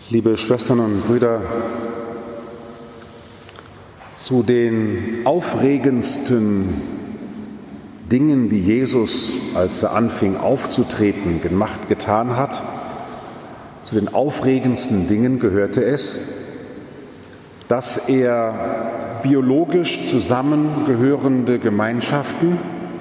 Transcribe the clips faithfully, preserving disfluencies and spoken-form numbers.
Liebe Schwestern und Brüder, zu den aufregendsten Dingen, die Jesus, als er anfing aufzutreten, gemacht, getan hat, zu den aufregendsten Dingen gehörte es, dass er biologisch zusammengehörende Gemeinschaften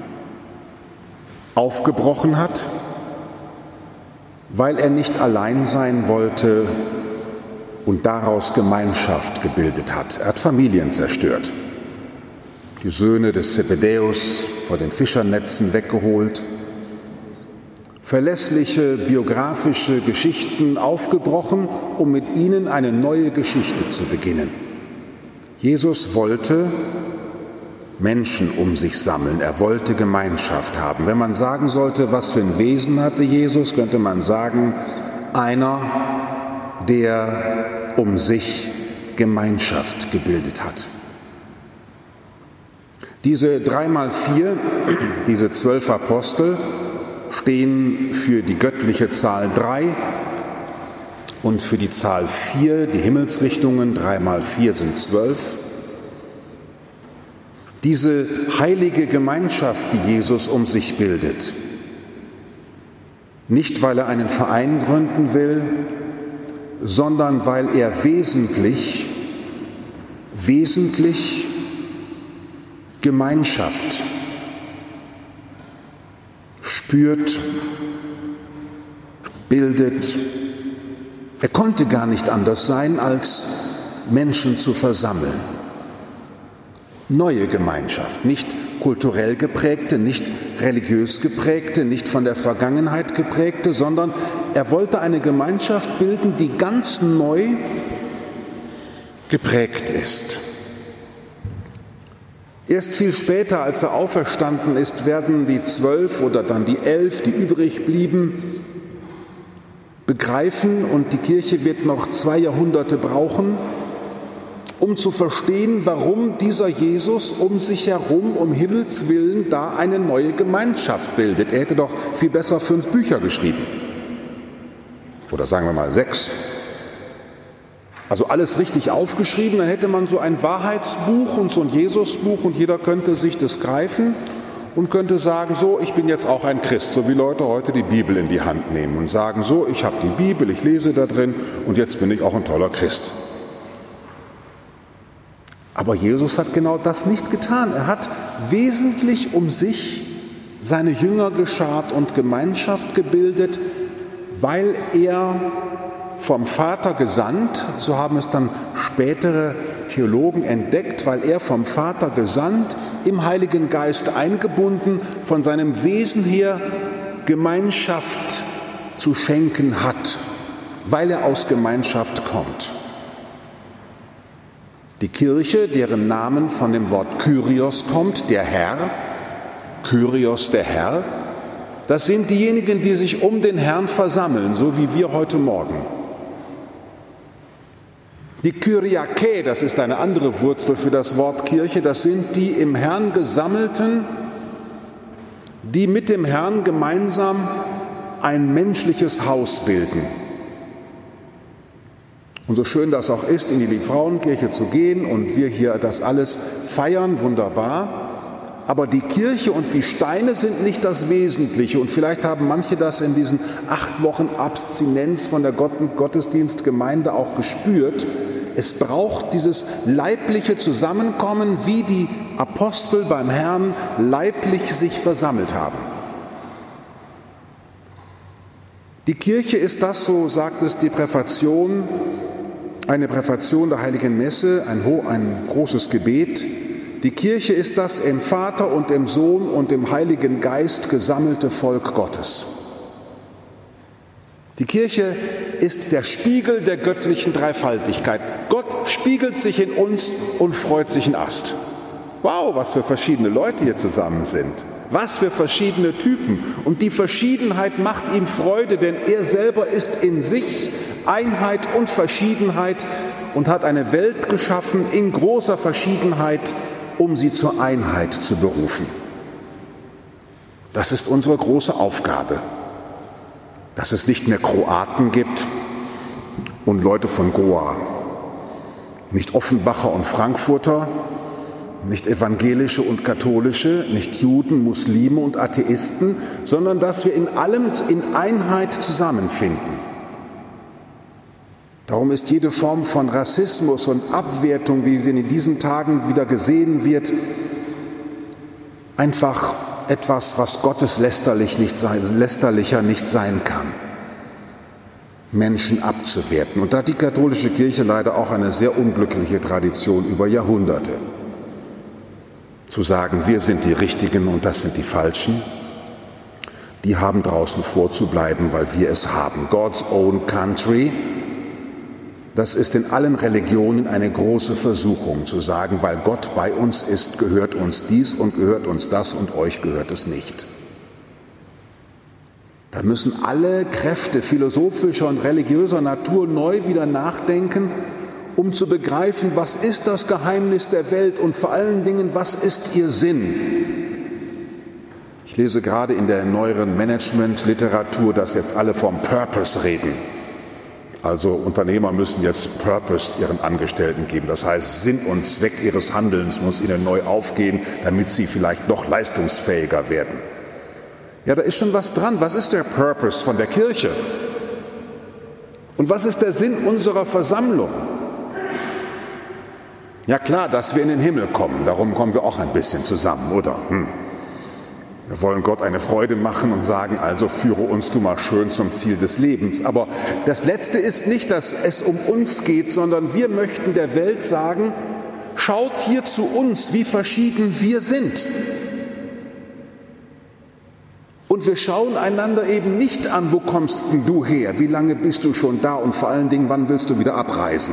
aufgebrochen hat, weil er nicht allein sein wollte und daraus Gemeinschaft gebildet hat. Er hat Familien zerstört, die Söhne des Zebedäus vor den Fischernetzen weggeholt, verlässliche biografische Geschichten aufgebrochen, um mit ihnen eine neue Geschichte zu beginnen. Jesus wollte Menschen um sich sammeln, er wollte Gemeinschaft haben. Wenn man sagen sollte, was für ein Wesen hatte Jesus, könnte man sagen, einer, der um sich Gemeinschaft gebildet hat. Diese drei mal vier, diese zwölf Apostel, stehen für die göttliche Zahl drei und für die Zahl vier, die Himmelsrichtungen, drei mal vier sind zwölf. Diese heilige Gemeinschaft, die Jesus um sich bildet, nicht weil er einen Verein gründen will, sondern weil er wesentlich, wesentlich Gemeinschaft spürt, bildet. Er konnte gar nicht anders sein, als Menschen zu versammeln. Neue Gemeinschaft, nicht kulturell geprägte, nicht religiös geprägte, nicht von der Vergangenheit geprägte, sondern er wollte eine Gemeinschaft bilden, die ganz neu geprägt ist. Erst viel später, als er auferstanden ist, werden die zwölf oder dann die elf, die übrig blieben, begreifen, und die Kirche wird noch zwei Jahrhunderte brauchen, um zu verstehen, warum dieser Jesus um sich herum, um Himmels Willen, da eine neue Gemeinschaft bildet. Er hätte doch viel besser fünf Bücher geschrieben. Oder sagen wir mal sechs. Also alles richtig aufgeschrieben, dann hätte man so ein Wahrheitsbuch und so ein Jesusbuch und jeder könnte sich das greifen und könnte sagen, so, ich bin jetzt auch ein Christ, so wie Leute heute die Bibel in die Hand nehmen und sagen, so, ich habe die Bibel, ich lese da drin und jetzt bin ich auch ein toller Christ. Aber Jesus hat genau das nicht getan. Er hat wesentlich um sich seine Jünger geschart und Gemeinschaft gebildet, weil er vom Vater gesandt, so haben es dann spätere Theologen entdeckt, weil er vom Vater gesandt, im Heiligen Geist eingebunden, von seinem Wesen her Gemeinschaft zu schenken hat, weil er aus Gemeinschaft kommt. Die Kirche, deren Namen von dem Wort Kyrios kommt, der Herr, Kyrios, der Herr, das sind diejenigen, die sich um den Herrn versammeln, so wie wir heute Morgen. Die Kyriake, das ist eine andere Wurzel für das Wort Kirche, das sind die im Herrn Gesammelten, die mit dem Herrn gemeinsam ein menschliches Haus bilden. Und so schön das auch ist, in die Liebfrauenkirche zu gehen und wir hier das alles feiern, wunderbar. Aber die Kirche und die Steine sind nicht das Wesentliche. Und vielleicht haben manche das in diesen acht Wochen Abstinenz von der Gottesdienstgemeinde auch gespürt. Es braucht dieses leibliche Zusammenkommen, wie die Apostel beim Herrn leiblich sich versammelt haben. Die Kirche ist das, so sagt es die Präfation, eine Präfation der Heiligen Messe, ein, ein großes Gebet. Die Kirche ist das im Vater und im Sohn und im Heiligen Geist gesammelte Volk Gottes. Die Kirche ist der Spiegel der göttlichen Dreifaltigkeit. Gott spiegelt sich in uns und freut sich ein Ast. Wow, was für verschiedene Leute hier zusammen sind. Was für verschiedene Typen. Und die Verschiedenheit macht ihm Freude, denn er selber ist in sich Einheit und Verschiedenheit und hat eine Welt geschaffen in großer Verschiedenheit, um sie zur Einheit zu berufen. Das ist unsere große Aufgabe. Dass es nicht mehr Kroaten gibt und Leute von Goa. Nicht Offenbacher und Frankfurter, nicht Evangelische und Katholische, nicht Juden, Muslime und Atheisten, sondern dass wir in allem in Einheit zusammenfinden. Darum ist jede Form von Rassismus und Abwertung, wie sie in diesen Tagen wieder gesehen wird, einfach etwas, was gotteslästerlich nicht sein, lästerlicher nicht sein kann. Menschen abzuwerten. Und da hat die katholische Kirche leider auch eine sehr unglückliche Tradition über Jahrhunderte. Zu sagen, wir sind die Richtigen und das sind die Falschen, die haben draußen vorzubleiben, weil wir es haben. God's own country, das ist in allen Religionen eine große Versuchung, zu sagen, weil Gott bei uns ist, gehört uns dies und gehört uns das und euch gehört es nicht. Da müssen alle Kräfte philosophischer und religiöser Natur neu wieder nachdenken, um zu begreifen, was ist das Geheimnis der Welt und vor allen Dingen, was ist ihr Sinn? Ich lese gerade in der neueren Management-Literatur, dass jetzt alle vom Purpose reden. Also Unternehmer müssen jetzt Purpose ihren Angestellten geben. Das heißt, Sinn und Zweck ihres Handelns muss ihnen neu aufgehen, damit sie vielleicht noch leistungsfähiger werden. Ja, da ist schon was dran. Was ist der Purpose von der Kirche? Und was ist der Sinn unserer Versammlung? Ja klar, dass wir in den Himmel kommen, darum kommen wir auch ein bisschen zusammen, oder? Hm. Wir wollen Gott eine Freude machen und sagen, also führe uns du mal schön zum Ziel des Lebens. Aber das Letzte ist nicht, dass es um uns geht, sondern wir möchten der Welt sagen, schaut hier zu uns, wie verschieden wir sind. Und wir schauen einander eben nicht an, wo kommst denn du her, wie lange bist du schon da und vor allen Dingen, wann willst du wieder abreisen?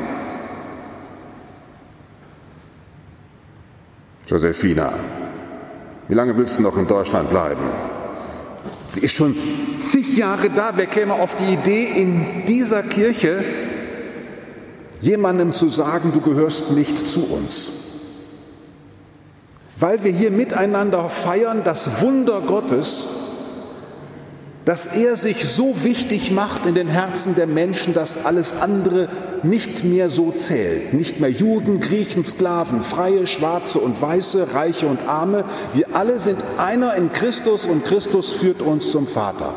Josefina, wie lange willst du noch in Deutschland bleiben? Sie ist schon zig Jahre da. Wer käme auf die Idee, in dieser Kirche jemandem zu sagen, du gehörst nicht zu uns? Weil wir hier miteinander feiern das Wunder Gottes, dass er sich so wichtig macht in den Herzen der Menschen, dass alles andere nicht mehr so zählt. Nicht mehr Juden, Griechen, Sklaven, Freie, Schwarze und Weiße, Reiche und Arme. Wir alle sind einer in Christus und Christus führt uns zum Vater.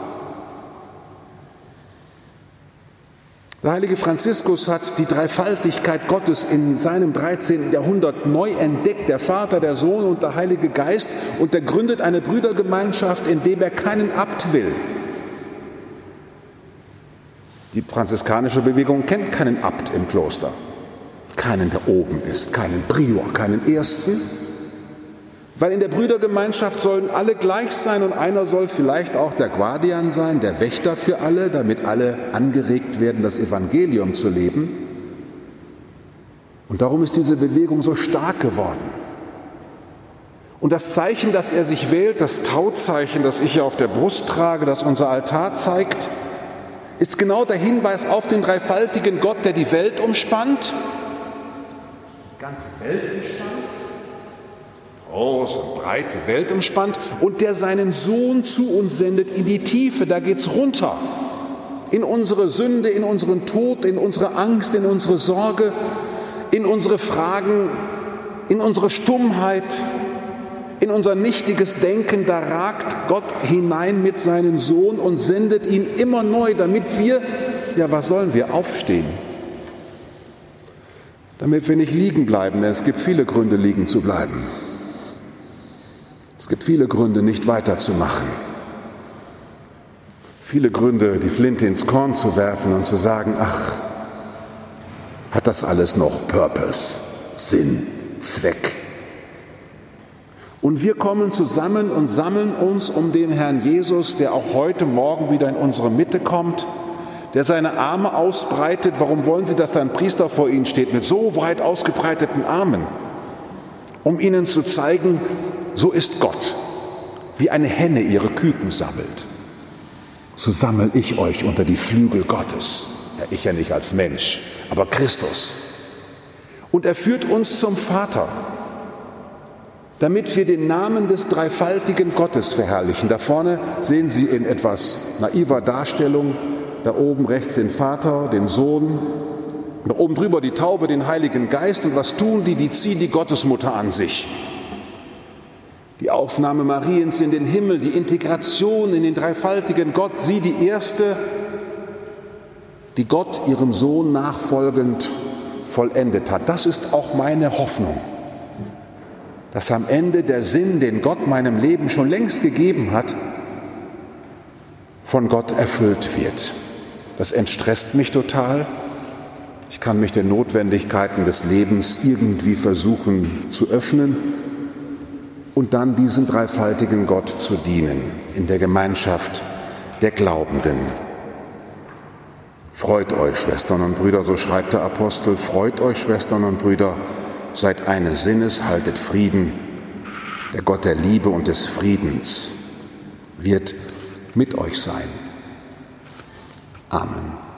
Der heilige Franziskus hat die Dreifaltigkeit Gottes in seinem dreizehnten Jahrhundert neu entdeckt, der Vater, der Sohn und der Heilige Geist, und er gründet eine Brüdergemeinschaft, indem er keinen Abt will. Die franziskanische Bewegung kennt keinen Abt im Kloster, keinen, der oben ist, keinen Prior, keinen Ersten, weil in der Brüdergemeinschaft sollen alle gleich sein und einer soll vielleicht auch der Guardian sein, der Wächter für alle, damit alle angeregt werden, das Evangelium zu leben. Und darum ist diese Bewegung so stark geworden. Und das Zeichen, das er sich wählt, das Tauzeichen, das ich hier auf der Brust trage, das unser Altar zeigt, ist genau der Hinweis auf den dreifaltigen Gott, der die Welt umspannt, die ganze Welt umspannt, große, breite Welt umspannt, und der seinen Sohn zu uns sendet in die Tiefe, da geht's runter, in unsere Sünde, in unseren Tod, in unsere Angst, in unsere Sorge, in unsere Fragen, in unsere Stummheit, in unser nichtiges Denken. Da ragt Gott hinein mit seinem Sohn und sendet ihn immer neu, damit wir, ja was sollen wir, aufstehen. Damit wir nicht liegen bleiben, denn es gibt viele Gründe, liegen zu bleiben. Es gibt viele Gründe, nicht weiterzumachen. Viele Gründe, die Flinte ins Korn zu werfen und zu sagen, ach, hat das alles noch Purpose, Sinn, Zweck? Und wir kommen zusammen und sammeln uns um den Herrn Jesus, der auch heute Morgen wieder in unsere Mitte kommt, der seine Arme ausbreitet. Warum wollen Sie, dass da ein Priester vor Ihnen steht mit so weit ausgebreiteten Armen? Um Ihnen zu zeigen, so ist Gott, wie eine Henne ihre Küken sammelt. So sammle ich euch unter die Flügel Gottes. Ja, ich ja nicht als Mensch, aber Christus. Und er führt uns zum Vater, damit wir den Namen des dreifaltigen Gottes verherrlichen. Da vorne sehen Sie in etwas naiver Darstellung da oben rechts den Vater, den Sohn, da oben drüber die Taube, den Heiligen Geist. Und was tun die? Die ziehen die Gottesmutter an sich. Die Aufnahme Mariens in den Himmel, die Integration in den dreifaltigen Gott, sie die erste, die Gott ihrem Sohn nachfolgend vollendet hat. Das ist auch meine Hoffnung, dass am Ende der Sinn, den Gott meinem Leben schon längst gegeben hat, von Gott erfüllt wird. Das entstresst mich total. Ich kann mich den Notwendigkeiten des Lebens irgendwie versuchen zu öffnen und dann diesem dreifaltigen Gott zu dienen in der Gemeinschaft der Glaubenden. Freut euch, Schwestern und Brüder, so schreibt der Apostel, freut euch, Schwestern und Brüder, seid eines Sinnes, haltet Frieden. Der Gott der Liebe und des Friedens wird mit euch sein. Amen.